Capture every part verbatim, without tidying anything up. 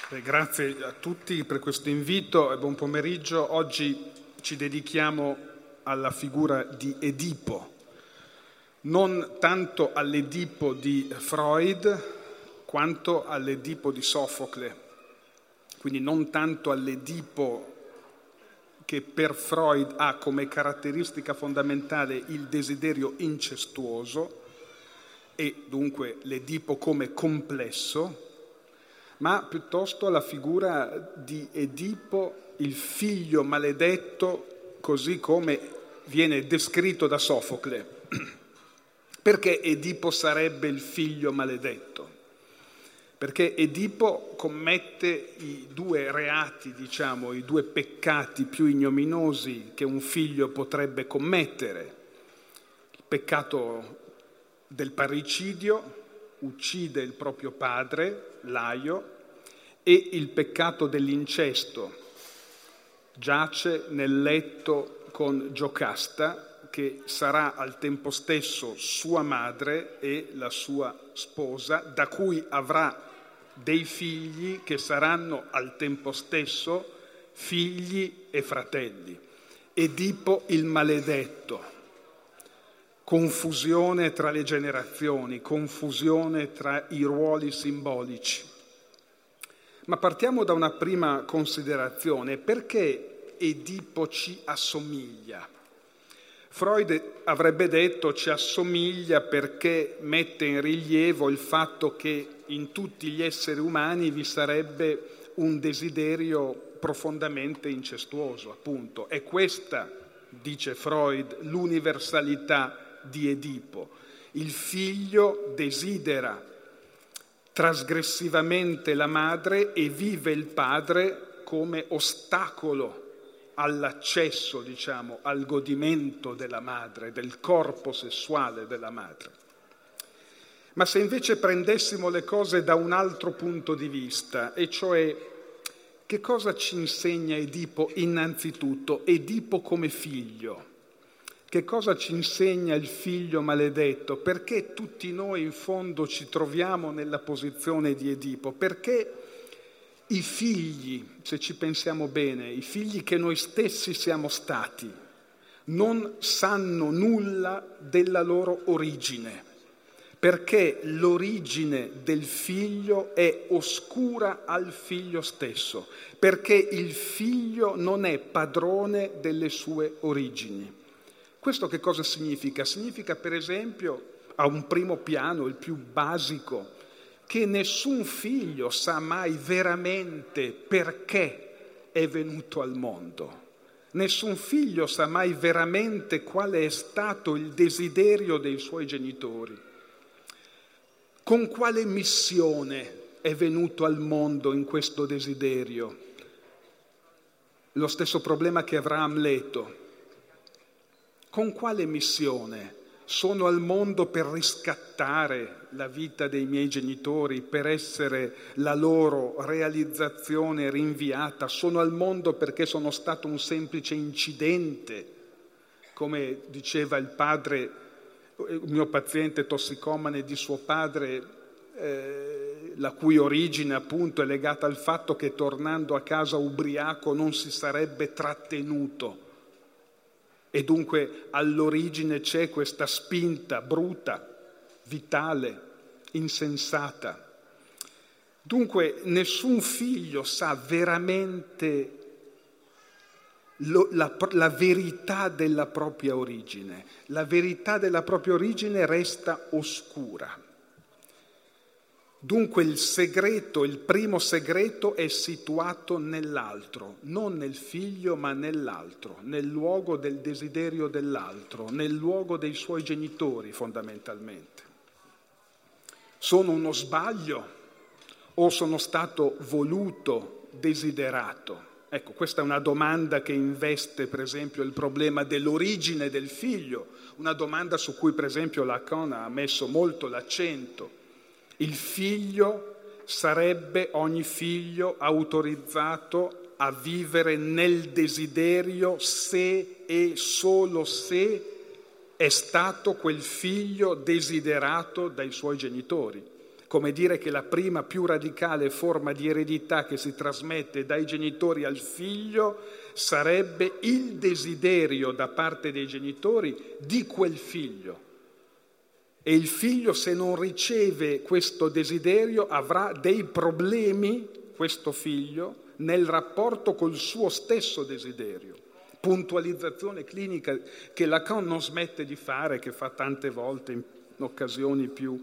Beh, grazie a tutti per questo invito e buon pomeriggio. Oggi ci dedichiamo alla figura di Edipo, non tanto all'Edipo di Freud quanto all'Edipo di Sofocle, quindi non tanto all'Edipo che per Freud ha come caratteristica fondamentale il desiderio incestuoso e dunque l'Edipo come complesso, ma piuttosto alla figura di Edipo, il figlio maledetto, così come viene descritto da Sofocle. Perché Edipo sarebbe il figlio maledetto? Perché Edipo commette i due reati, diciamo, i due peccati più ignominosi che un figlio potrebbe commettere. Il peccato del parricidio, uccide il proprio padre, Laio, e il peccato dell'incesto, giace nel letto con Giocasta, che sarà al tempo stesso sua madre e la sua sposa, da cui avrà dei figli che saranno al tempo stesso figli e fratelli. Edipo il maledetto, confusione tra le generazioni, confusione tra i ruoli simbolici. Ma partiamo da una prima considerazione: perché Edipo ci assomiglia? Freud avrebbe detto ci assomiglia perché mette in rilievo il fatto che in tutti gli esseri umani vi sarebbe un desiderio profondamente incestuoso, appunto. È questa, dice Freud, l'universalità di Edipo. Il figlio desidera trasgressivamente la madre e vive il padre come ostacolo all'accesso, diciamo, al godimento della madre, del corpo sessuale della madre. Ma se invece prendessimo le cose da un altro punto di vista, e cioè che cosa ci insegna Edipo innanzitutto? Edipo come figlio. Che cosa ci insegna il figlio maledetto? Perché tutti noi in fondo ci troviamo nella posizione di Edipo? Perché i figli, se ci pensiamo bene, i figli che noi stessi siamo stati, non sanno nulla della loro origine, perché l'origine del figlio è oscura al figlio stesso, perché il figlio non è padrone delle sue origini. Questo che cosa significa? Significa, per esempio, a un primo piano, il più basico, che nessun figlio sa mai veramente perché è venuto al mondo. Nessun figlio sa mai veramente quale è stato il desiderio dei suoi genitori. Con quale missione è venuto al mondo in questo desiderio? Lo stesso problema che avrà Amleto. Con quale missione? Sono al mondo per riscattare la vita dei miei genitori, per essere la loro realizzazione rinviata. Sono al mondo perché sono stato un semplice incidente, come diceva il padre, il mio paziente tossicomane di suo padre, eh, la cui origine appunto è legata al fatto che tornando a casa ubriaco non si sarebbe trattenuto. E dunque all'origine c'è questa spinta bruta, vitale, insensata. Dunque nessun figlio sa veramente lo, la, la verità della propria origine. La verità della propria origine resta oscura. Dunque il segreto, il primo segreto è situato nell'altro, non nel figlio ma nell'altro, nel luogo del desiderio dell'altro, nel luogo dei suoi genitori fondamentalmente. Sono uno sbaglio o sono stato voluto, desiderato? Ecco, questa è una domanda che investe per esempio il problema dell'origine del figlio, una domanda su cui per esempio Lacan ha messo molto l'accento. Il figlio sarebbe ogni figlio autorizzato a vivere nel desiderio se e solo se è stato quel figlio desiderato dai suoi genitori. come dire che la prima più radicale forma di eredità che si trasmette dai genitori al figlio sarebbe il desiderio da parte dei genitori di quel figlio. E il figlio, se non riceve questo desiderio, avrà dei problemi, questo figlio, nel rapporto col suo stesso desiderio. Puntualizzazione clinica che Lacan non smette di fare, che fa tante volte in occasioni più,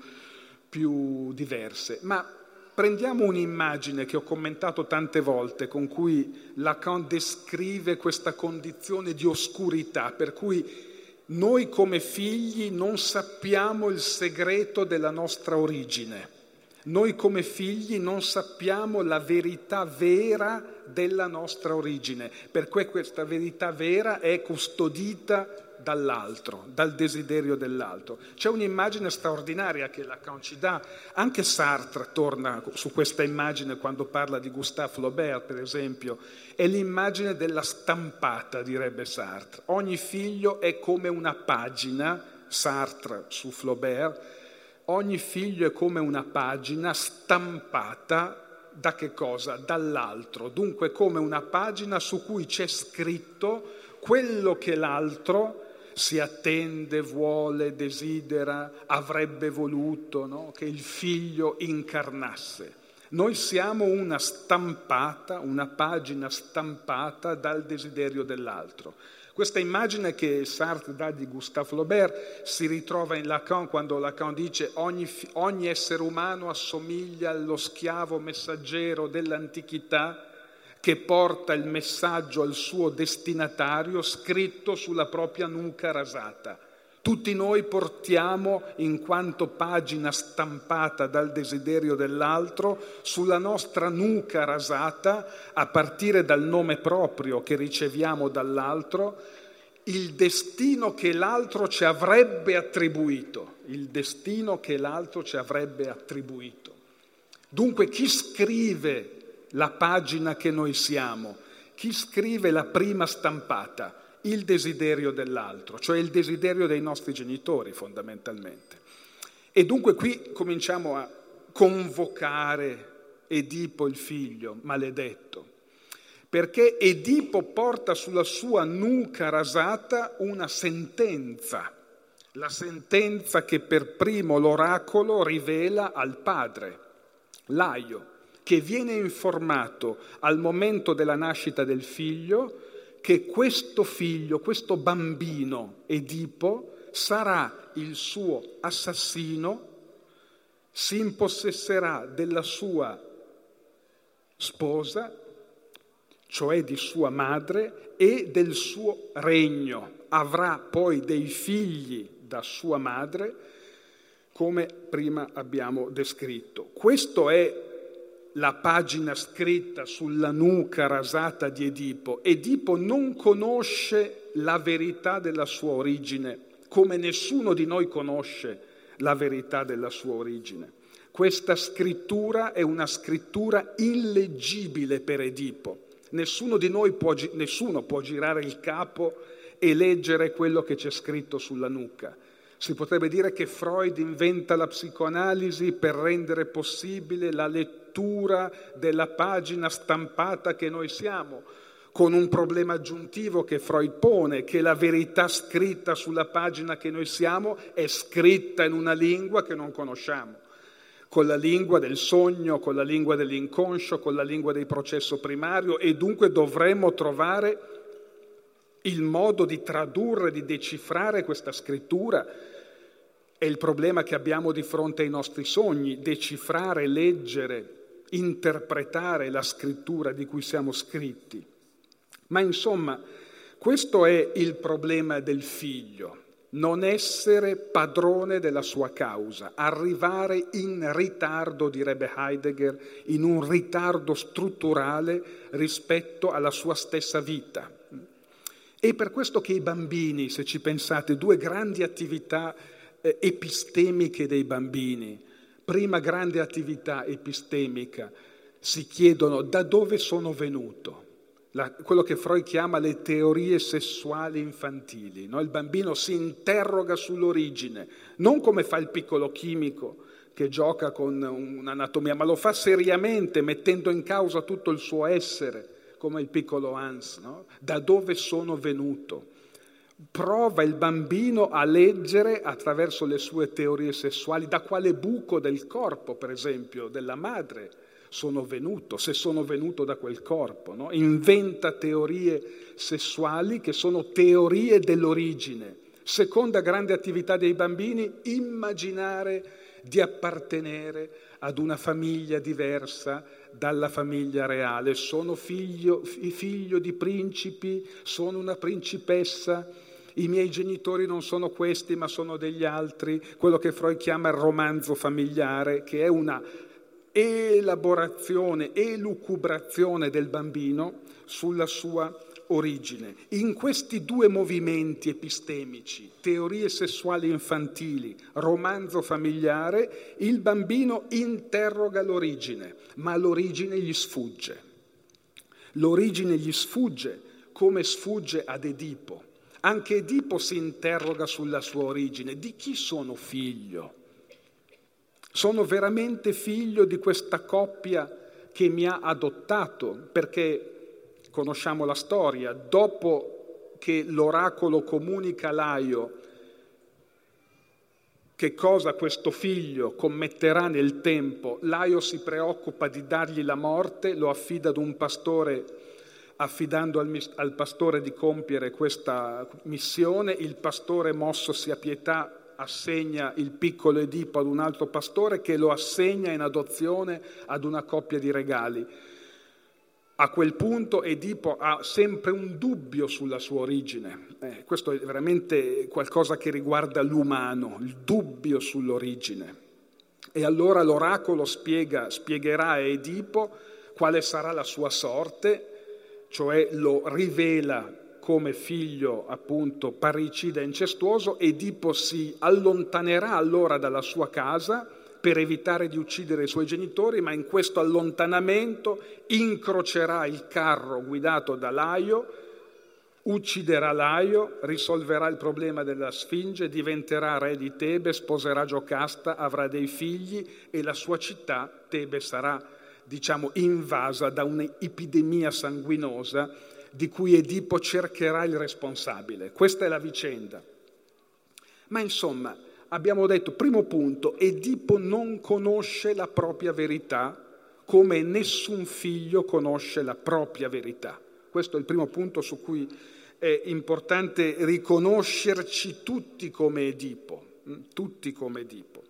più diverse. Ma prendiamo un'immagine che ho commentato tante volte, con cui Lacan descrive questa condizione di oscurità, per cui noi come figli non sappiamo il segreto della nostra origine. Noi come figli non sappiamo la verità vera della nostra origine, perché questa verità vera è custodita dall'altro, dal desiderio dell'altro. C'è un'immagine straordinaria che Lacan ci dà, anche Sartre torna su questa immagine quando parla di Gustave Flaubert, per esempio, è l'immagine della stampata, direbbe Sartre. Ogni figlio è come una pagina, Sartre su Flaubert, ogni figlio è come una pagina stampata da che cosa? Dall'altro, dunque come una pagina su cui c'è scritto quello che l'altro si attende, vuole, desidera, avrebbe voluto, no? Che il figlio incarnasse. Noi siamo una stampata, una pagina stampata dal desiderio dell'altro. Questa immagine che Sartre dà di Gustave Flaubert si ritrova in Lacan quando Lacan dice ogni, ogni essere umano assomiglia allo schiavo messaggero dell'antichità che porta il messaggio al suo destinatario scritto sulla propria nuca rasata. Tutti noi portiamo, in quanto pagina stampata dal desiderio dell'altro, sulla nostra nuca rasata, a partire dal nome proprio che riceviamo dall'altro, il destino che l'altro ci avrebbe attribuito, il destino che l'altro ci avrebbe attribuito. Dunque chi scrive la pagina che noi siamo? Chi scrive la prima stampata? Il desiderio dell'altro, cioè il desiderio dei nostri genitori fondamentalmente. E dunque qui cominciamo a convocare Edipo il figlio maledetto, perché Edipo porta sulla sua nuca rasata una sentenza, la sentenza che per primo l'oracolo rivela al padre, Laio, che viene informato al momento della nascita del figlio che questo figlio, questo bambino Edipo, sarà il suo assassino, si impossesserà della sua sposa, cioè di sua madre, e del suo regno. Avrà poi dei figli da sua madre, come prima abbiamo descritto. Questo è la pagina scritta sulla nuca rasata di Edipo. Edipo non conosce la verità della sua origine, come nessuno di noi conosce la verità della sua origine. Questa scrittura è una scrittura illeggibile per Edipo. Nessuno di noi può, nessuno può girare il capo e leggere quello che c'è scritto sulla nuca. Si potrebbe dire che Freud inventa la psicoanalisi per rendere possibile la lettura della pagina stampata che noi siamo, con un problema aggiuntivo che Freud pone, che la verità scritta sulla pagina che noi siamo è scritta in una lingua che non conosciamo, con la lingua del sogno, con la lingua dell'inconscio, con la lingua del processo primario, e dunque dovremmo trovare il modo di tradurre, di decifrare questa scrittura. È il problema che abbiamo di fronte ai nostri sogni, decifrare, leggere, interpretare la scrittura di cui siamo scritti. Ma insomma, questo è il problema del figlio, non essere padrone della sua causa, arrivare in ritardo, direbbe Heidegger, in un ritardo strutturale rispetto alla sua stessa vita. È per questo che i bambini, se ci pensate, due grandi attività epistemiche dei bambini, prima grande attività epistemica, si chiedono da dove sono venuto, la, quello che Freud chiama le teorie sessuali infantili, no? Il bambino si interroga sull'origine, non come fa il piccolo chimico che gioca con un'anatomia, ma lo fa seriamente, mettendo in causa tutto il suo essere, come il piccolo Hans, no? Da dove sono venuto? Prova il bambino a leggere attraverso le sue teorie sessuali da quale buco del corpo, per esempio, della madre sono venuto, se sono venuto da quel corpo, no? Inventa teorie sessuali che sono teorie dell'origine. Seconda grande attività dei bambini, immaginare di appartenere ad una famiglia diversa dalla famiglia reale. Sono figlio, figlio di principi, sono una principessa, i miei genitori non sono questi ma sono degli altri, quello che Freud chiama il romanzo familiare, che è una elaborazione, elucubrazione del bambino sulla sua origine. In questi due movimenti epistemici, teorie sessuali infantili, romanzo familiare, il bambino interroga l'origine, ma l'origine gli sfugge. L'origine gli sfugge come sfugge ad Edipo. Anche Edipo si interroga sulla sua origine. Di chi sono figlio? Sono veramente figlio di questa coppia che mi ha adottato? Perché conosciamo la storia, dopo che l'oracolo comunica a Laio che cosa questo figlio commetterà nel tempo, Laio si preoccupa di dargli la morte, lo affida ad un pastore, affidando al, al pastore di compiere questa missione. Il pastore, mossosi a pietà, assegna il piccolo Edipo ad un altro pastore che lo assegna in adozione ad una coppia di regali. A quel punto Edipo ha sempre un dubbio sulla sua origine. Eh, questo è veramente qualcosa che riguarda l'umano, il dubbio sull'origine. E allora l'oracolo spiega, spiegherà a Edipo quale sarà la sua sorte, cioè lo rivela come figlio appunto parricida incestuoso. Edipo si allontanerà allora dalla sua casa per evitare di uccidere i suoi genitori, ma in questo allontanamento incrocerà il carro guidato da Laio, ucciderà Laio, risolverà il problema della Sfinge, diventerà re di Tebe, sposerà Giocasta, avrà dei figli e la sua città, Tebe, sarà, diciamo, invasa da un'epidemia sanguinosa di cui Edipo cercherà il responsabile. Questa è la vicenda. Ma insomma, abbiamo detto, primo punto, Edipo non conosce la propria verità come nessun figlio conosce la propria verità. Questo è il primo punto su cui è importante riconoscerci tutti come Edipo, tutti come Edipo.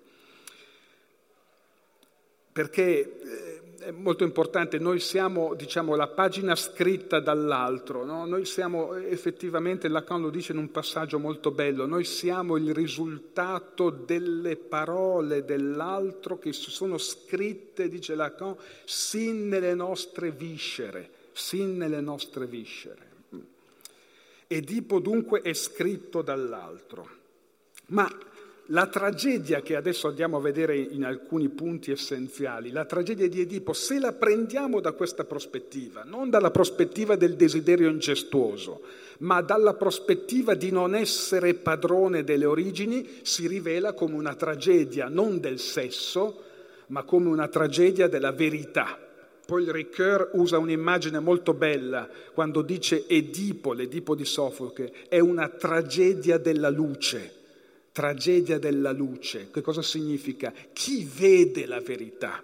Perché è molto importante, noi siamo, diciamo, la pagina scritta dall'altro, no? Noi siamo effettivamente, Lacan lo dice in un passaggio molto bello, noi siamo il risultato delle parole dell'altro che sono scritte, dice Lacan, sin nelle nostre viscere, sin nelle nostre viscere. Edipo dunque è scritto dall'altro. Ma la tragedia che adesso andiamo a vedere in alcuni punti essenziali, la tragedia di Edipo, se la prendiamo da questa prospettiva, non dalla prospettiva del desiderio incestuoso, ma dalla prospettiva di non essere padrone delle origini, si rivela come una tragedia non del sesso, ma come una tragedia della verità. Paul Ricoeur usa un'immagine molto bella quando dice Edipo, l'Edipo di Sofocle, è una tragedia della luce. Tragedia della luce. Che cosa significa? Chi vede la verità?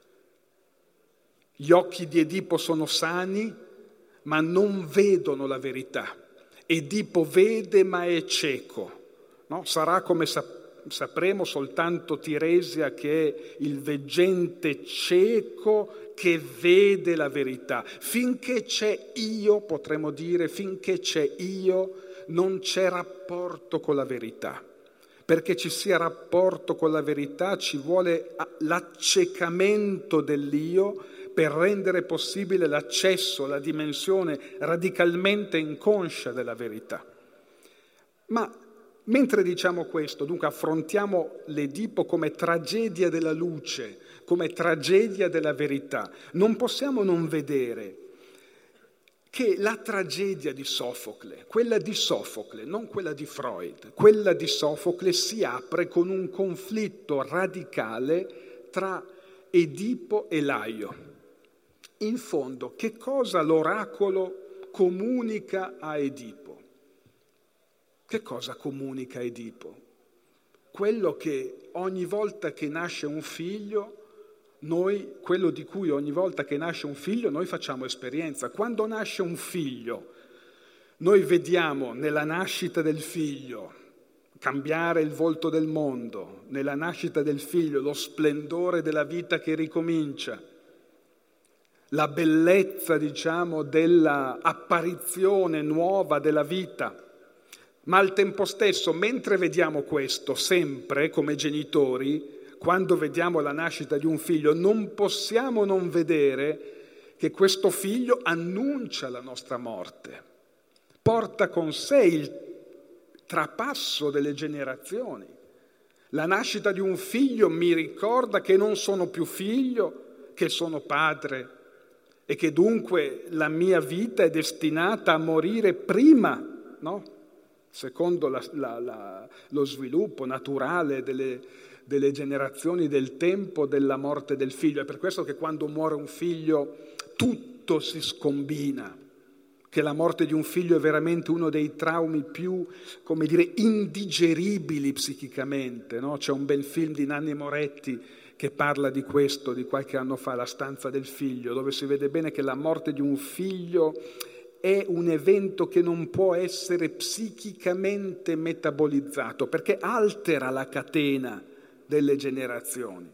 Gli occhi di Edipo sono sani, ma non vedono la verità. Edipo vede, ma è cieco. No? Sarà, come sapremo, soltanto Tiresia che è il veggente cieco che vede la verità. Finché c'è io, potremmo dire, finché c'è io, non c'è rapporto con la verità. Perché ci sia rapporto con la verità ci vuole l'accecamento dell'io per rendere possibile l'accesso alla dimensione radicalmente inconscia della verità. Ma mentre diciamo questo, dunque affrontiamo l'Edipo come tragedia della luce, come tragedia della verità, non possiamo non vedere che la tragedia di Sofocle, quella di Sofocle, non quella di Freud, quella di Sofocle si apre con un conflitto radicale tra Edipo e Laio. In fondo, che cosa l'oracolo comunica a Edipo? Che cosa comunica a Edipo? Quello che ogni volta che nasce un figlio, noi, quello di cui ogni volta che nasce un figlio noi facciamo esperienza. Quando nasce un figlio, noi vediamo nella nascita del figlio cambiare il volto del mondo, nella nascita del figlio lo splendore della vita che ricomincia, la bellezza, diciamo, della apparizione nuova della vita. Ma al tempo stesso, mentre vediamo questo, sempre come genitori, quando vediamo la nascita di un figlio, non possiamo non vedere che questo figlio annuncia la nostra morte, porta con sé il trapasso delle generazioni. La nascita di un figlio mi ricorda che non sono più figlio, che sono padre e che dunque la mia vita è destinata a morire prima, no? Secondo la, la, la, lo sviluppo naturale delle, delle generazioni del tempo della morte del figlio. È per questo che quando muore un figlio tutto si scombina, che la morte di un figlio è veramente uno dei traumi più, come dire, indigeribili psichicamente, no? C'è un bel film di Nanni Moretti che parla di questo, di qualche anno fa, La stanza del figlio, dove si vede bene che la morte di un figlio è un evento che non può essere psichicamente metabolizzato, perché altera la catena delle generazioni.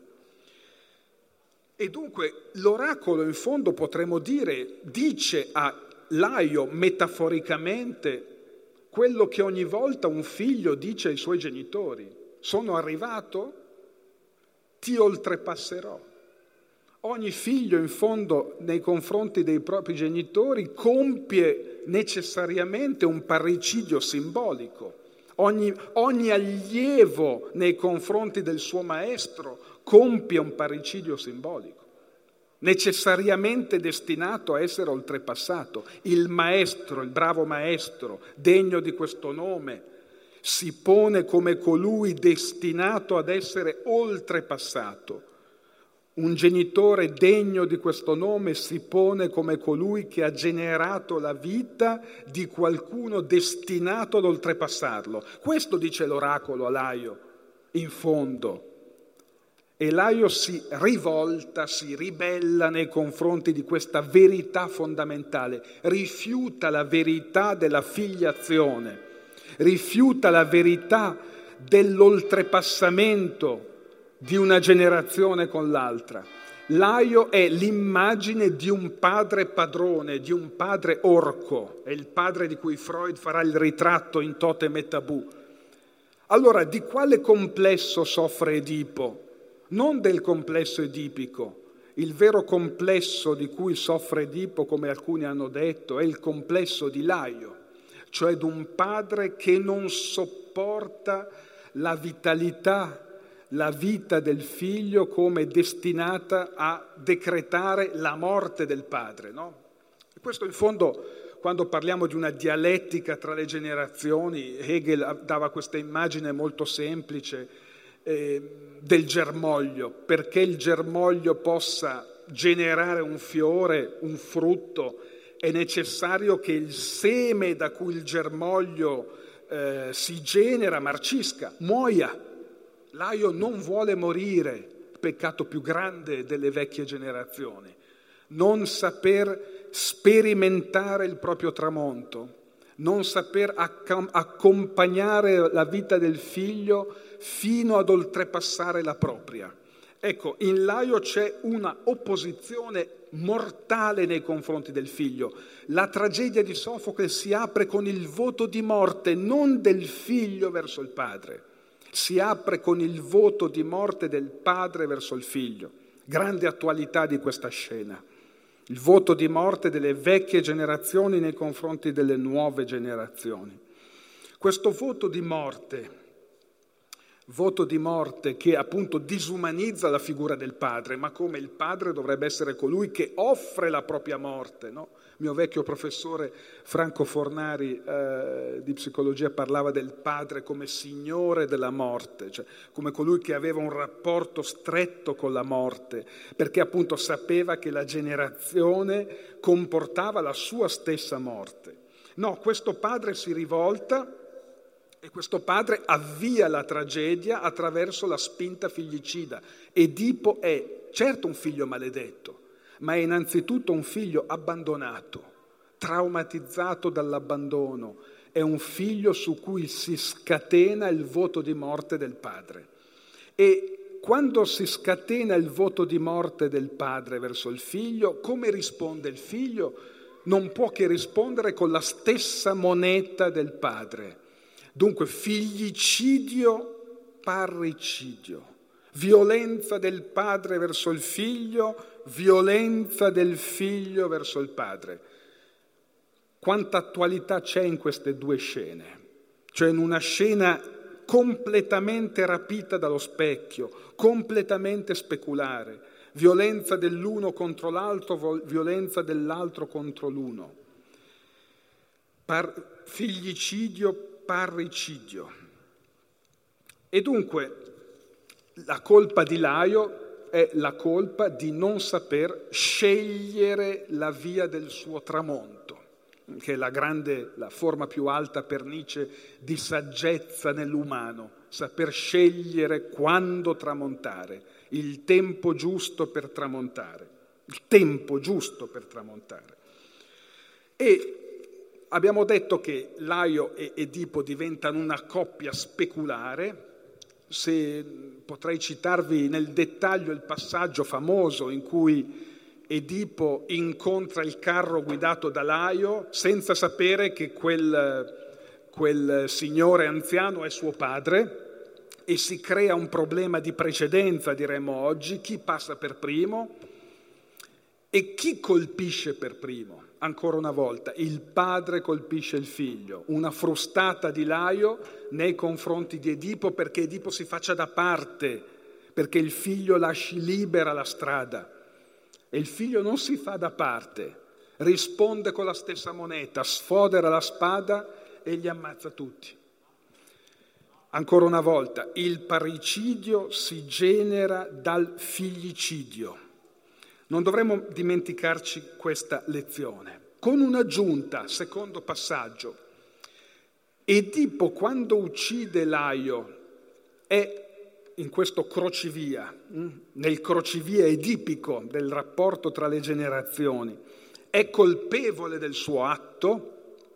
E dunque l'oracolo, in fondo, potremmo dire, dice a Laio metaforicamente quello che ogni volta un figlio dice ai suoi genitori: sono arrivato, ti oltrepasserò. Ogni figlio, in fondo, nei confronti dei propri genitori, compie necessariamente un parricidio simbolico. Ogni, ogni allievo nei confronti del suo maestro compie un parricidio simbolico, necessariamente destinato a essere oltrepassato. Il maestro, il bravo maestro, degno di questo nome, si pone come colui destinato ad essere oltrepassato. Un genitore degno di questo nome si pone come colui che ha generato la vita di qualcuno destinato ad oltrepassarlo. Questo dice l'oracolo a Laio, in fondo. E Laio si rivolta, si ribella nei confronti di questa verità fondamentale, rifiuta la verità della filiazione, rifiuta la verità dell'oltrepassamento di una generazione con l'altra. Laio è l'immagine di un padre padrone, di un padre orco, è il padre di cui Freud farà il ritratto in Totem e Tabù. Allora, di quale complesso soffre Edipo? Non del complesso edipico. Il vero complesso di cui soffre Edipo, come alcuni hanno detto, è il complesso di Laio, cioè di un padre che non sopporta la vitalità, la vita del figlio come destinata a decretare la morte del padre, no? E questo in fondo, quando parliamo di una dialettica tra le generazioni, Hegel dava questa immagine molto semplice eh, del germoglio. Perché il germoglio possa generare un fiore, un frutto, è necessario che il seme da cui il germoglio eh, si genera marcisca, muoia. Laio non vuole morire, peccato più grande delle vecchie generazioni, non saper sperimentare il proprio tramonto, non saper accom- accompagnare la vita del figlio fino ad oltrepassare la propria. Ecco, in Laio c'è una opposizione mortale nei confronti del figlio. La tragedia di Sofocle si apre con il voto di morte non del figlio verso il padre, si apre con il voto di morte del padre verso il figlio. Grande attualità di questa scena. Il voto di morte delle vecchie generazioni nei confronti delle nuove generazioni. Questo voto di morte voto di morte che appunto disumanizza la figura del padre, ma come il padre dovrebbe essere colui che offre la propria morte, no? Mio vecchio professore Franco Fornari eh, di psicologia parlava del padre come signore della morte, cioè come colui che aveva un rapporto stretto con la morte, perché appunto sapeva che la generazione comportava la sua stessa morte. No, questo padre si rivolta e questo padre avvia la tragedia attraverso la spinta figlicida. Edipo è certo un figlio maledetto, ma è innanzitutto un figlio abbandonato, traumatizzato dall'abbandono. È un figlio su cui si scatena il voto di morte del padre. E quando si scatena il voto di morte del padre verso il figlio, come risponde il figlio? Non può che rispondere con la stessa moneta del padre. Dunque, figlicidio, parricidio. Violenza del padre verso il figlio, violenza del figlio verso il padre. Quanta attualità c'è in queste due scene? Cioè in una scena completamente rapita dallo specchio, completamente speculare, violenza dell'uno contro l'altro, violenza dell'altro contro l'uno. Par- figlicidio, parricidio. E dunque la colpa di Laio è la colpa di non saper scegliere la via del suo tramonto, che è la grande, la forma più alta per Nietzsche di saggezza nell'umano, saper scegliere quando tramontare, il tempo giusto per tramontare, il tempo giusto per tramontare. E abbiamo detto che Laio e Edipo diventano una coppia speculare. Se potrei citarvi nel dettaglio il passaggio famoso in cui Edipo incontra il carro guidato da Laio senza sapere che quel, quel signore anziano è suo padre, e si crea un problema di precedenza, diremmo oggi, chi passa per primo e chi colpisce per primo. Ancora una volta, il padre colpisce il figlio, una frustata di Laio nei confronti di Edipo perché Edipo si faccia da parte, perché il figlio lasci libera la strada. E il figlio non si fa da parte, risponde con la stessa moneta, sfodera la spada e li ammazza tutti. Ancora una volta, il parricidio si genera dal figlicidio. Non dovremmo dimenticarci questa lezione. Con un'aggiunta, secondo passaggio, Edipo quando uccide Laio è in questo crocevia, nel crocevia edipico del rapporto tra le generazioni, è colpevole del suo atto.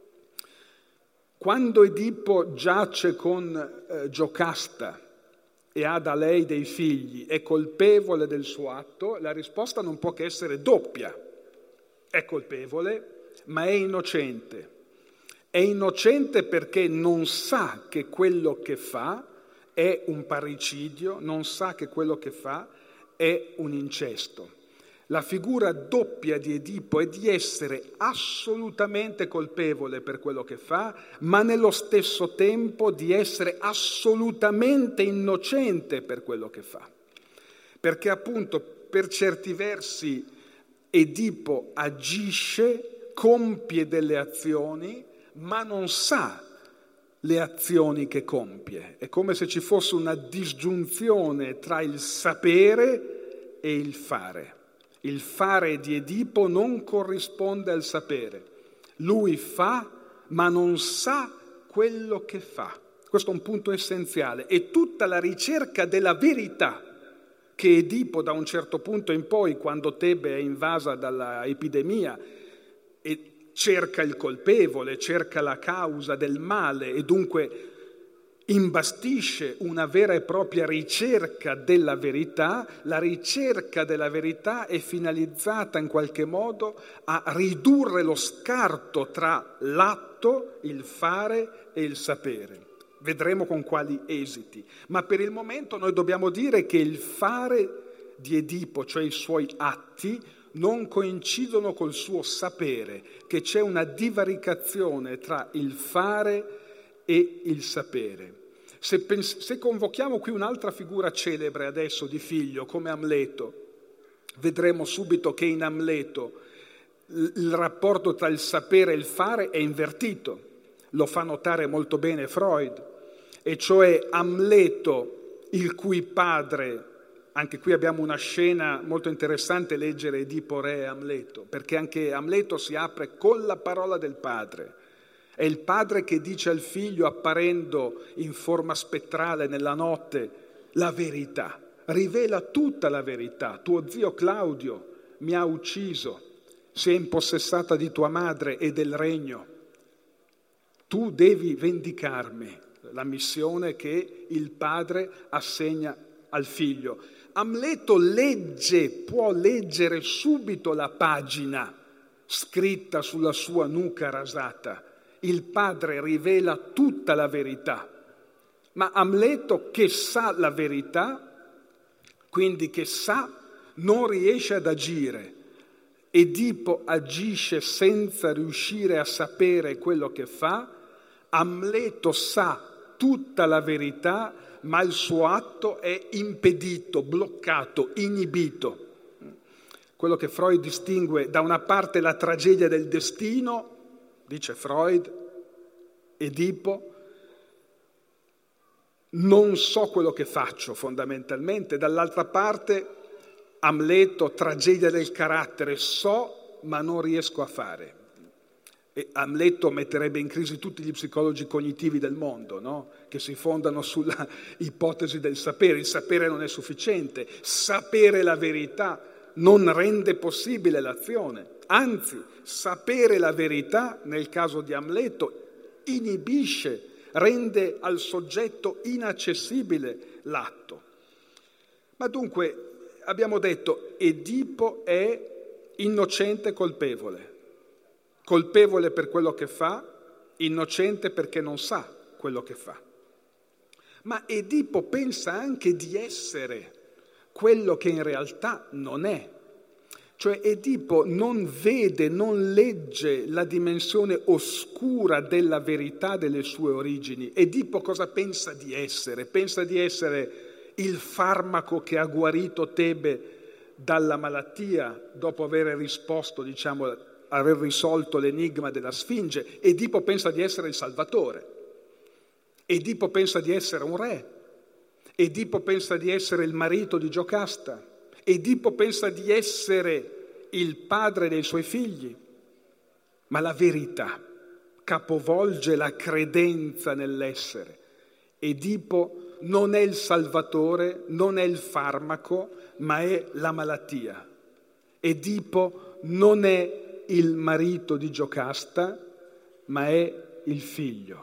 Quando Edipo giace con eh, Giocasta e ha da lei dei figli, è colpevole del suo atto? La risposta non può che essere doppia. È colpevole, ma è innocente. È innocente perché non sa che quello che fa è un parricidio, non sa che quello che fa è un incesto. La figura doppia di Edipo è di essere assolutamente colpevole per quello che fa, ma nello stesso tempo di essere assolutamente innocente per quello che fa. Perché appunto per certi versi Edipo agisce, compie delle azioni, ma non sa le azioni che compie. È come se ci fosse una disgiunzione tra il sapere e il fare. Il fare di Edipo non corrisponde al sapere. Lui fa, ma non sa quello che fa. Questo è un punto essenziale. E tutta la ricerca della verità che Edipo da un certo punto in poi, quando Tebe è invasa dalla epidemia, e cerca il colpevole, cerca la causa del male e dunque imbastisce una vera e propria ricerca della verità. La ricerca della verità è finalizzata in qualche modo a ridurre lo scarto tra l'atto, il fare e il sapere. Vedremo con quali esiti. Ma per il momento noi dobbiamo dire che il fare di Edipo, cioè i suoi atti, non coincidono col suo sapere, che c'è una divaricazione tra il fare e il sapere. Se, pens- se convochiamo qui un'altra figura celebre adesso di figlio, come Amleto, vedremo subito che in Amleto l- il rapporto tra il sapere e il fare è invertito. Lo fa notare molto bene Freud, e cioè Amleto, il cui padre, anche qui abbiamo una scena molto interessante leggere Edipo Re e Amleto, perché anche Amleto si apre con la parola del padre. È il padre che dice al figlio, apparendo in forma spettrale nella notte, la verità. Rivela tutta la verità. Tuo zio Claudio mi ha ucciso, si è impossessata di tua madre e del regno. Tu devi vendicarmi. La missione che il padre assegna al figlio. Amleto legge, può leggere subito la pagina scritta sulla sua nuca rasata. Il padre rivela tutta la verità, ma Amleto, che sa la verità, quindi che sa, non riesce ad agire. Edipo agisce senza riuscire a sapere quello che fa. Amleto sa tutta la verità, ma il suo atto è impedito, bloccato, inibito. Quello che Freud distingue da una parte la tragedia del destino, dice Freud, Edipo, non so quello che faccio fondamentalmente, dall'altra parte Amleto, tragedia del carattere, so ma non riesco a fare. E Amleto metterebbe in crisi tutti gli psicologi cognitivi del mondo, no? Che si fondano sulla ipotesi del sapere. Il sapere non è sufficiente, sapere la verità non rende possibile l'azione. Anzi, sapere la verità, nel caso di Amleto, inibisce, rende al soggetto inaccessibile l'atto. Ma dunque, abbiamo detto, Edipo è innocente e colpevole. Colpevole per quello che fa, innocente perché non sa quello che fa. Ma Edipo pensa anche di essere quello che in realtà non è. Cioè Edipo non vede, non legge la dimensione oscura della verità delle sue origini. Edipo cosa pensa di essere? Pensa di essere il farmaco che ha guarito Tebe dalla malattia dopo aver risposto, diciamo, aver risolto l'enigma della Sfinge. Edipo pensa di essere il Salvatore. Edipo pensa di essere un re. Edipo pensa di essere il marito di Giocasta. Edipo pensa di essere il padre dei suoi figli. Ma la verità capovolge la credenza nell'essere. Edipo non è il Salvatore, non è il farmaco, ma è la malattia. Edipo non è il marito di Giocasta, ma è il figlio.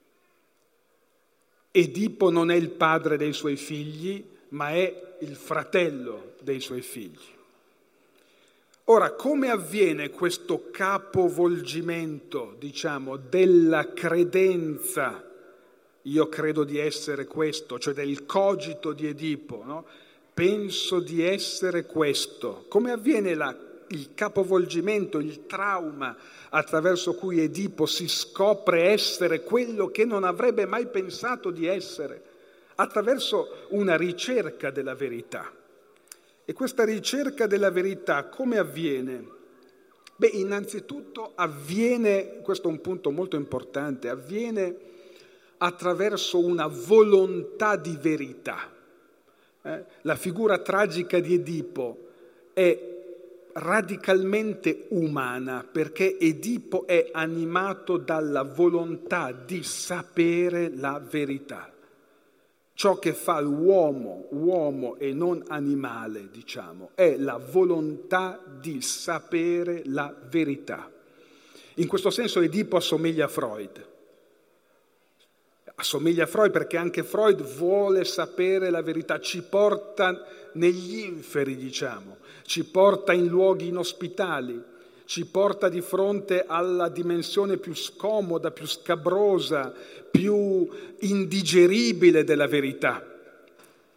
Edipo non è il padre dei suoi figli, ma è il fratello dei suoi figli. Ora, come avviene questo capovolgimento, diciamo, della credenza, io credo di essere questo, cioè del cogito di Edipo, no? Penso di essere questo. Come avviene la il capovolgimento, il trauma attraverso cui Edipo si scopre essere quello che non avrebbe mai pensato di essere, attraverso una ricerca della verità. E questa ricerca della verità come avviene? Beh, innanzitutto avviene, questo è un punto molto importante, avviene attraverso una volontà di verità. Eh? La figura tragica di Edipo è radicalmente umana, perché Edipo è animato dalla volontà di sapere la verità. Ciò che fa l'uomo, uomo e non animale, diciamo, è la volontà di sapere la verità. In questo senso Edipo assomiglia a Freud. Assomiglia a Freud perché anche Freud vuole sapere la verità, ci porta negli inferi, diciamo, ci porta in luoghi inospitali, ci porta di fronte alla dimensione più scomoda, più scabrosa, più indigeribile della verità.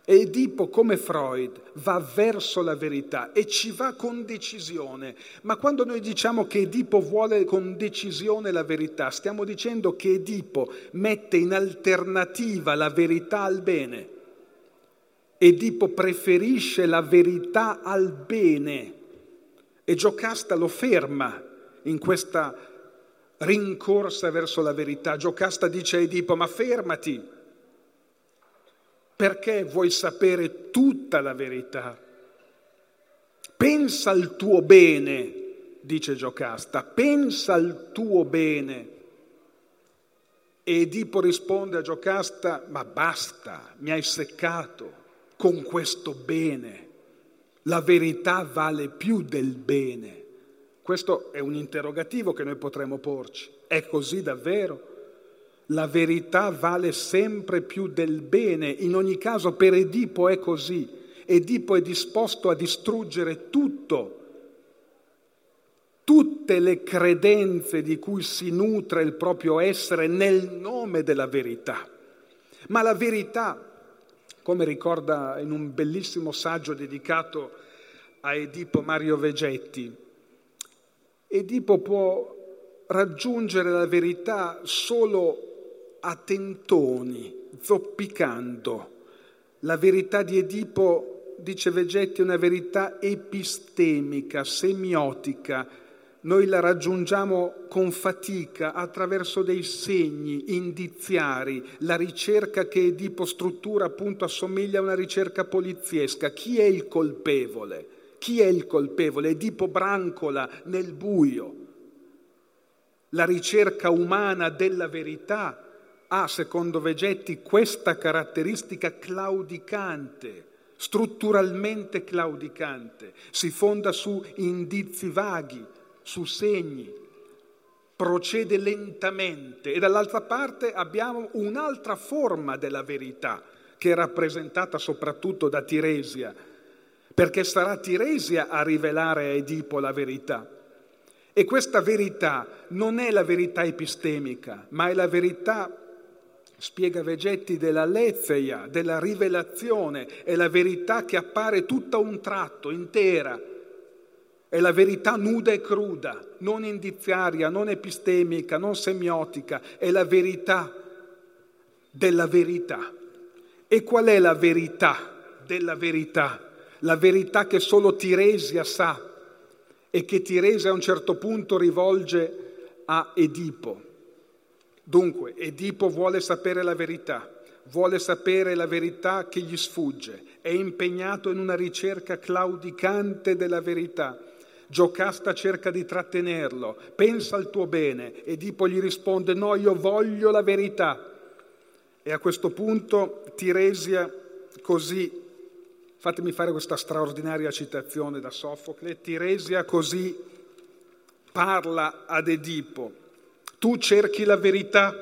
E Edipo, come Freud, va verso la verità e ci va con decisione. Ma quando noi diciamo che Edipo vuole con decisione la verità, stiamo dicendo che Edipo mette in alternativa la verità al bene. Edipo preferisce la verità al bene e Giocasta lo ferma in questa rincorsa verso la verità. Giocasta dice a Edipo: ma fermati, perché vuoi sapere tutta la verità? Pensa al tuo bene, dice Giocasta, pensa al tuo bene. E Edipo risponde a Giocasta: ma basta, mi hai seccato con questo bene. La verità vale più del bene. Questo è un interrogativo che noi potremmo porci. È così davvero? La verità vale sempre più del bene. In ogni caso per Edipo è così. Edipo è disposto a distruggere tutto, tutte le credenze di cui si nutre il proprio essere nel nome della verità. Ma la verità, come ricorda in un bellissimo saggio dedicato a Edipo Mario Vegetti, Edipo può raggiungere la verità solo a tentoni, zoppicando. La verità di Edipo, dice Vegetti, è una verità epistemica, semiotica. Noi la raggiungiamo con fatica attraverso dei segni indiziari. La ricerca che Edipo struttura appunto assomiglia a una ricerca poliziesca. Chi è il colpevole? Chi è il colpevole? Edipo brancola nel buio. La ricerca umana della verità ha, secondo Vegetti, questa caratteristica claudicante, strutturalmente claudicante. Si fonda su indizi vaghi, su segni, procede lentamente. E dall'altra parte abbiamo un'altra forma della verità, che è rappresentata soprattutto da Tiresia, perché sarà Tiresia a rivelare a Edipo la verità. E questa verità non è la verità epistemica, ma è la verità, spiega Vegetti, della letheia, della rivelazione, è la verità che appare tutta a un tratto, intera. È la verità nuda e cruda, non indiziaria, non epistemica, non semiotica, è la verità della verità. E qual è la verità della verità? La verità che solo Tiresia sa e che Tiresia a un certo punto rivolge a Edipo. Dunque, Edipo vuole sapere la verità, vuole sapere la verità che gli sfugge, è impegnato in una ricerca claudicante della verità. Giocasta cerca di trattenerlo, pensa al tuo bene. Edipo gli risponde: no, io voglio la verità. E a questo punto Tiresia così, fatemi fare questa straordinaria citazione da Sofocle, Tiresia così parla ad Edipo: tu cerchi la verità,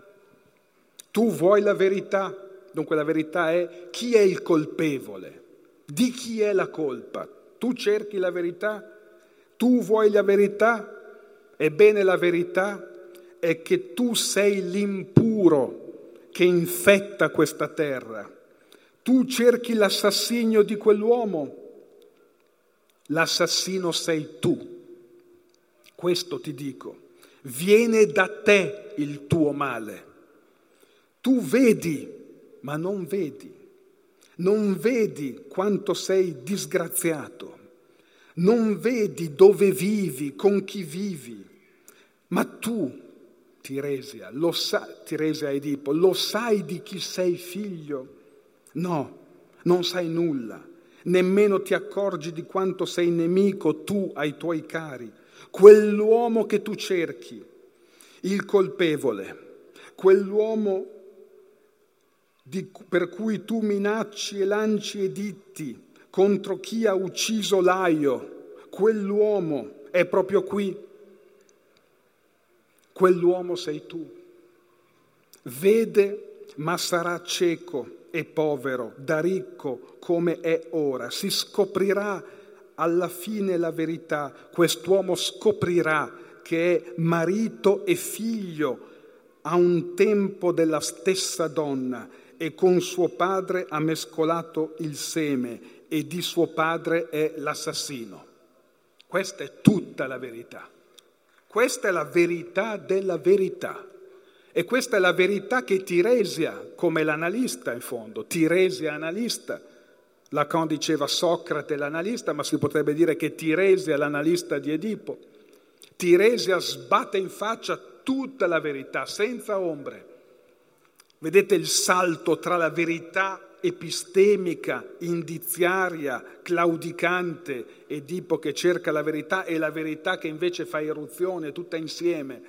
tu vuoi la verità. Dunque la verità è: chi è il colpevole? Di chi è la colpa? Tu cerchi la verità? Tu vuoi la verità? Ebbene, la verità è che tu sei l'impuro che infetta questa terra. Tu cerchi l'assassinio di quell'uomo. L'assassino sei tu. Questo ti dico. Viene da te il tuo male. Tu vedi, ma non vedi. Non vedi quanto sei disgraziato. Non vedi dove vivi, con chi vivi. Ma tu, Tiresia, lo sa, Tiresia Edipo, lo sai di chi sei figlio? No, non sai nulla. Nemmeno ti accorgi di quanto sei nemico tu ai tuoi cari. Quell'uomo che tu cerchi, il colpevole, quell'uomo di, per cui tu minacci e lanci editti contro chi ha ucciso Laio, quell'uomo è proprio qui. Quell'uomo sei tu. Vede, ma sarà cieco e povero, da ricco come è ora. Si scoprirà alla fine la verità. Quest'uomo scoprirà che è marito e figlio a un tempo della stessa donna e con suo padre ha mescolato il seme e di suo padre è l'assassino. Questa è tutta la verità. Questa è la verità della verità. E questa è la verità che Tiresia, come l'analista in fondo, Tiresia analista, Lacan diceva Socrate l'analista, ma si potrebbe dire che Tiresia è l'analista di Edipo. Tiresia sbatte in faccia tutta la verità, senza ombre. Vedete il salto tra la verità epistemica, indiziaria, claudicante, Edipo che cerca la verità, e la verità che invece fa irruzione tutta insieme.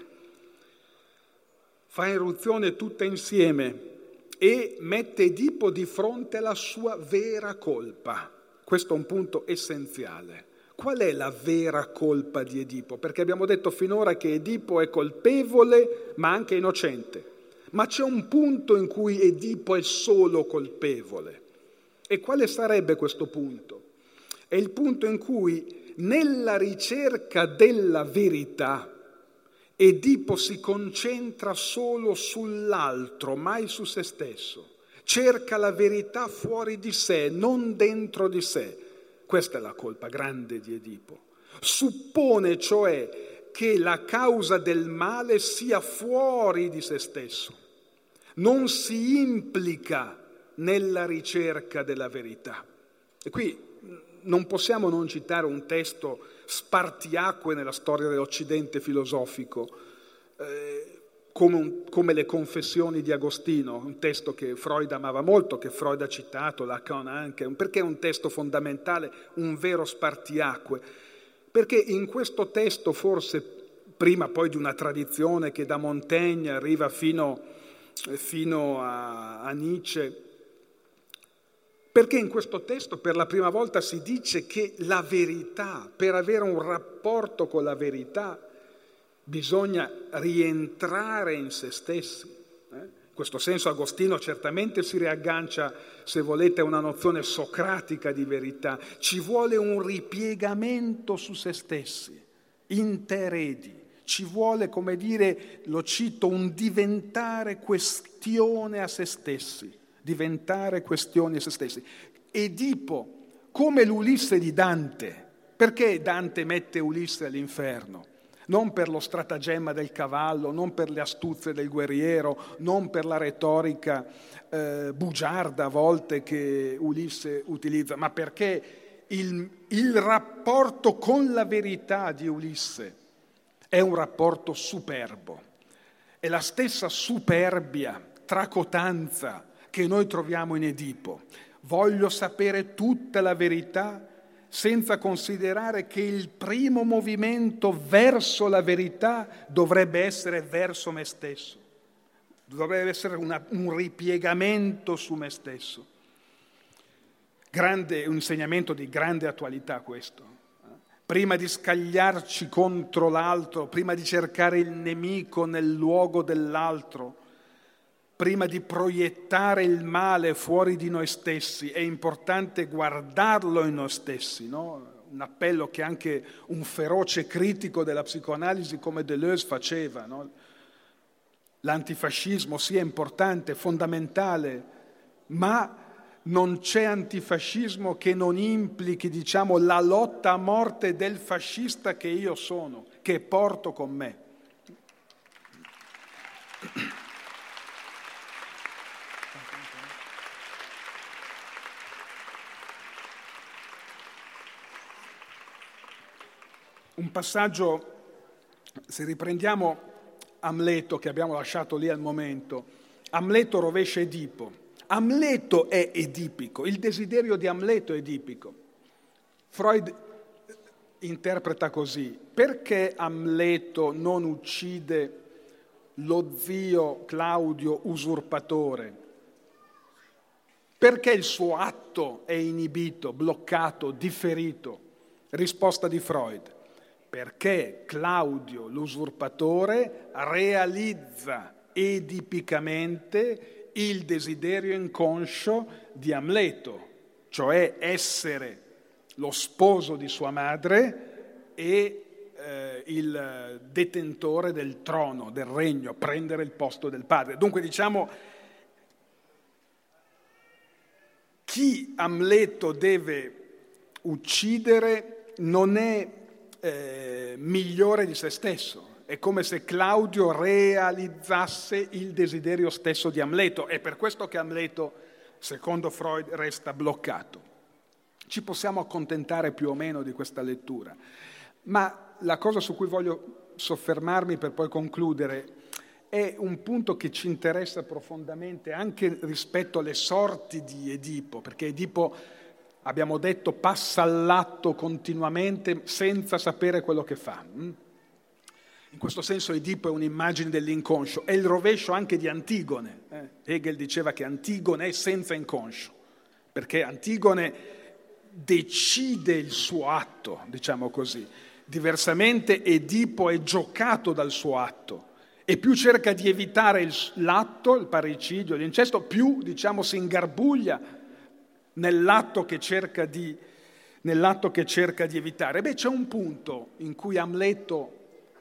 Fa irruzione tutta insieme e mette Edipo di fronte alla sua vera colpa. Questo è un punto essenziale. Qual è la vera colpa di Edipo? Perché abbiamo detto finora che Edipo è colpevole ma anche innocente. Ma c'è un punto in cui Edipo è solo colpevole. E quale sarebbe questo punto? È il punto in cui nella ricerca della verità Edipo si concentra solo sull'altro, mai su se stesso. Cerca la verità fuori di sé, non dentro di sé. Questa è la colpa grande di Edipo. Suppone cioè che la causa del male sia fuori di se stesso. Non si implica nella ricerca della verità. E qui non possiamo non citare un testo spartiacque nella storia dell'Occidente filosofico, eh, come, un, come le Confessioni di Agostino, un testo che Freud amava molto, che Freud ha citato, Lacan anche, perché è un testo fondamentale, un vero spartiacque, perché in questo testo forse, prima poi di una tradizione che da Montaigne arriva fino, fino a, a Nietzsche, perché in questo testo per la prima volta si dice che la verità, per avere un rapporto con la verità, bisogna rientrare in se stessi. Eh? In questo senso Agostino certamente si riaggancia, se volete, a una nozione socratica di verità. Ci vuole un ripiegamento su se stessi, interedi. Ci vuole, come dire, lo cito, un diventare questione a se stessi. diventare questioni a se stessi. Edipo, come l'Ulisse di Dante, perché Dante mette Ulisse all'inferno? Non per lo stratagemma del cavallo, non per le astuzie del guerriero, non per la retorica eh, bugiarda a volte che Ulisse utilizza, ma perché il, il rapporto con la verità di Ulisse è un rapporto superbo. È la stessa superbia, tracotanza che noi troviamo in Edipo. Voglio sapere tutta la verità senza considerare che il primo movimento verso la verità dovrebbe essere verso me stesso. Dovrebbe essere una, un ripiegamento su me stesso. Grande, un insegnamento di grande attualità questo. Prima di scagliarci contro l'altro, prima di cercare il nemico nel luogo dell'altro, prima di proiettare il male fuori di noi stessi, è importante guardarlo in noi stessi, no? Un appello che anche un feroce critico della psicoanalisi come Deleuze faceva, no? L'antifascismo sia importante, fondamentale, ma non c'è antifascismo che non implichi, diciamo, la lotta a morte del fascista che io sono, che porto con me. Un passaggio, se riprendiamo Amleto che abbiamo lasciato lì al momento, Amleto rovescia Edipo. Amleto è edipico, il desiderio di Amleto è edipico. Freud interpreta così: perché Amleto non uccide lo zio Claudio usurpatore? Perché il suo atto è inibito, bloccato, differito? Risposta di Freud: perché Claudio l'usurpatore realizza edipicamente il desiderio inconscio di Amleto, cioè essere lo sposo di sua madre e eh, il detentore del trono, del regno, prendere il posto del padre. Dunque, diciamo, chi Amleto deve uccidere non è eh, migliore di se stesso. È come se Claudio realizzasse il desiderio stesso di Amleto. È per questo che Amleto, secondo Freud, resta bloccato. Ci possiamo accontentare più o meno di questa lettura, ma la cosa su cui voglio soffermarmi per poi concludere è un punto che ci interessa profondamente anche rispetto alle sorti di Edipo, perché Edipo, abbiamo detto, passa all'atto continuamente senza sapere quello che fa. In questo senso Edipo è un'immagine dell'inconscio, è il rovescio anche di Antigone. Eh? Hegel diceva che Antigone è senza inconscio, perché Antigone decide il suo atto, diciamo così. Diversamente Edipo è giocato dal suo atto e più cerca di evitare il, l'atto, il parricidio, l'incesto, più, diciamo, si ingarbuglia nell'atto che cerca di, nell'atto che cerca di evitare. Beh, c'è un punto in cui Amleto,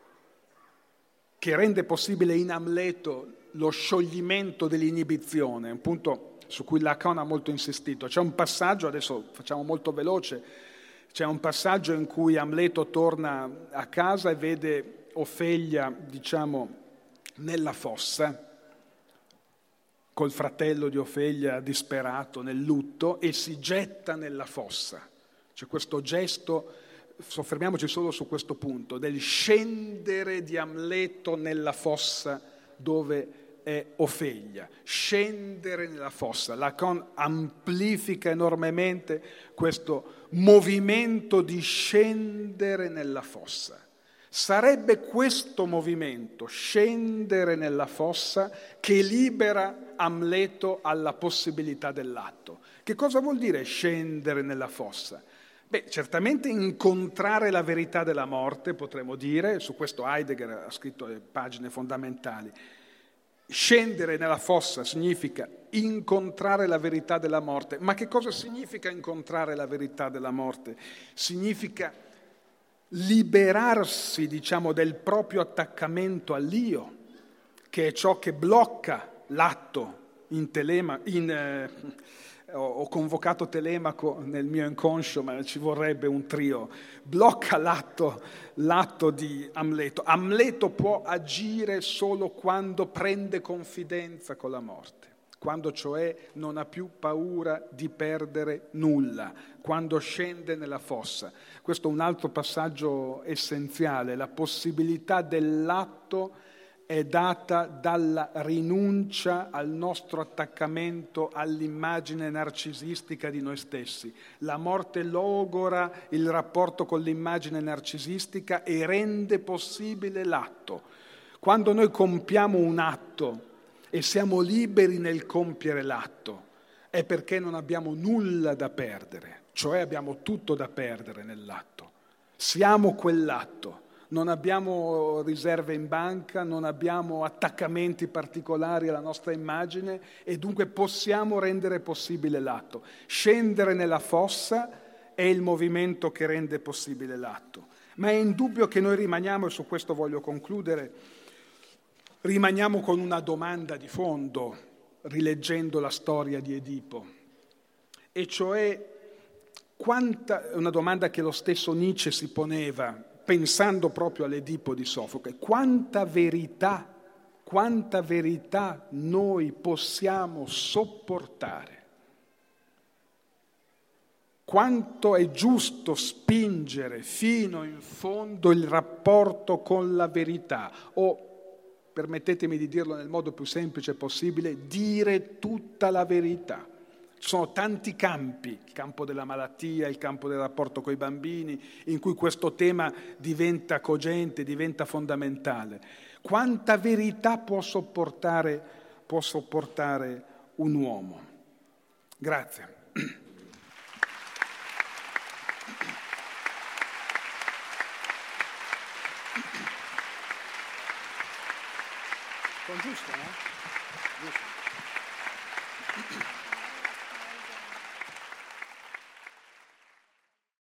che rende possibile in Amleto lo scioglimento dell'inibizione, un punto su cui Lacan ha molto insistito. C'è un passaggio, adesso facciamo molto veloce, c'è un passaggio in cui Amleto torna a casa e vede Ofelia, diciamo, nella fossa, col fratello di Ofelia disperato nel lutto, e si getta nella fossa. C'è questo gesto, soffermiamoci solo su questo punto, del scendere di Amleto nella fossa dove è Ofelia, scendere nella fossa. Lacan amplifica enormemente questo movimento di scendere nella fossa. Sarebbe questo movimento, scendere nella fossa, che libera Amleto alla possibilità dell'atto. Che cosa vuol dire scendere nella fossa? Beh, certamente incontrare la verità della morte, potremmo dire, su questo Heidegger ha scritto le pagine fondamentali. Scendere nella fossa significa incontrare la verità della morte. Ma che cosa significa incontrare la verità della morte? Significa liberarsi, diciamo, del proprio attaccamento all'io, che è ciò che blocca l'atto in telema, in, eh, ho convocato Telemaco nel mio inconscio, ma ci vorrebbe un trio, blocca l'atto, l'atto di Amleto. Amleto può agire solo quando prende confidenza con la morte, quando cioè non ha più paura di perdere nulla, quando scende nella fossa. Questo è un altro passaggio essenziale, la possibilità dell'atto è data dalla rinuncia al nostro attaccamento all'immagine narcisistica di noi stessi. La morte logora il rapporto con l'immagine narcisistica e rende possibile l'atto. Quando noi compiamo un atto e siamo liberi nel compiere l'atto, è perché non abbiamo nulla da perdere, cioè abbiamo tutto da perdere nell'atto. Siamo quell'atto. Non abbiamo riserve in banca, non abbiamo attaccamenti particolari alla nostra immagine e dunque possiamo rendere possibile l'atto. Scendere nella fossa è il movimento che rende possibile l'atto. Ma è indubbio che noi rimaniamo, e su questo voglio concludere, rimaniamo con una domanda di fondo, rileggendo la storia di Edipo, e cioè quanta, una domanda che lo stesso Nietzsche si poneva, pensando proprio all'Edipo di Sofocle: quanta verità, quanta verità noi possiamo sopportare? Quanto è giusto spingere fino in fondo il rapporto con la verità? O, permettetemi di dirlo nel modo più semplice possibile, dire tutta la verità. Ci sono tanti campi, il campo della malattia, il campo del rapporto con i bambini, in cui questo tema diventa cogente, diventa fondamentale. Quanta verità può sopportare, può sopportare un uomo? Grazie. Sono giusto, no? Giusto.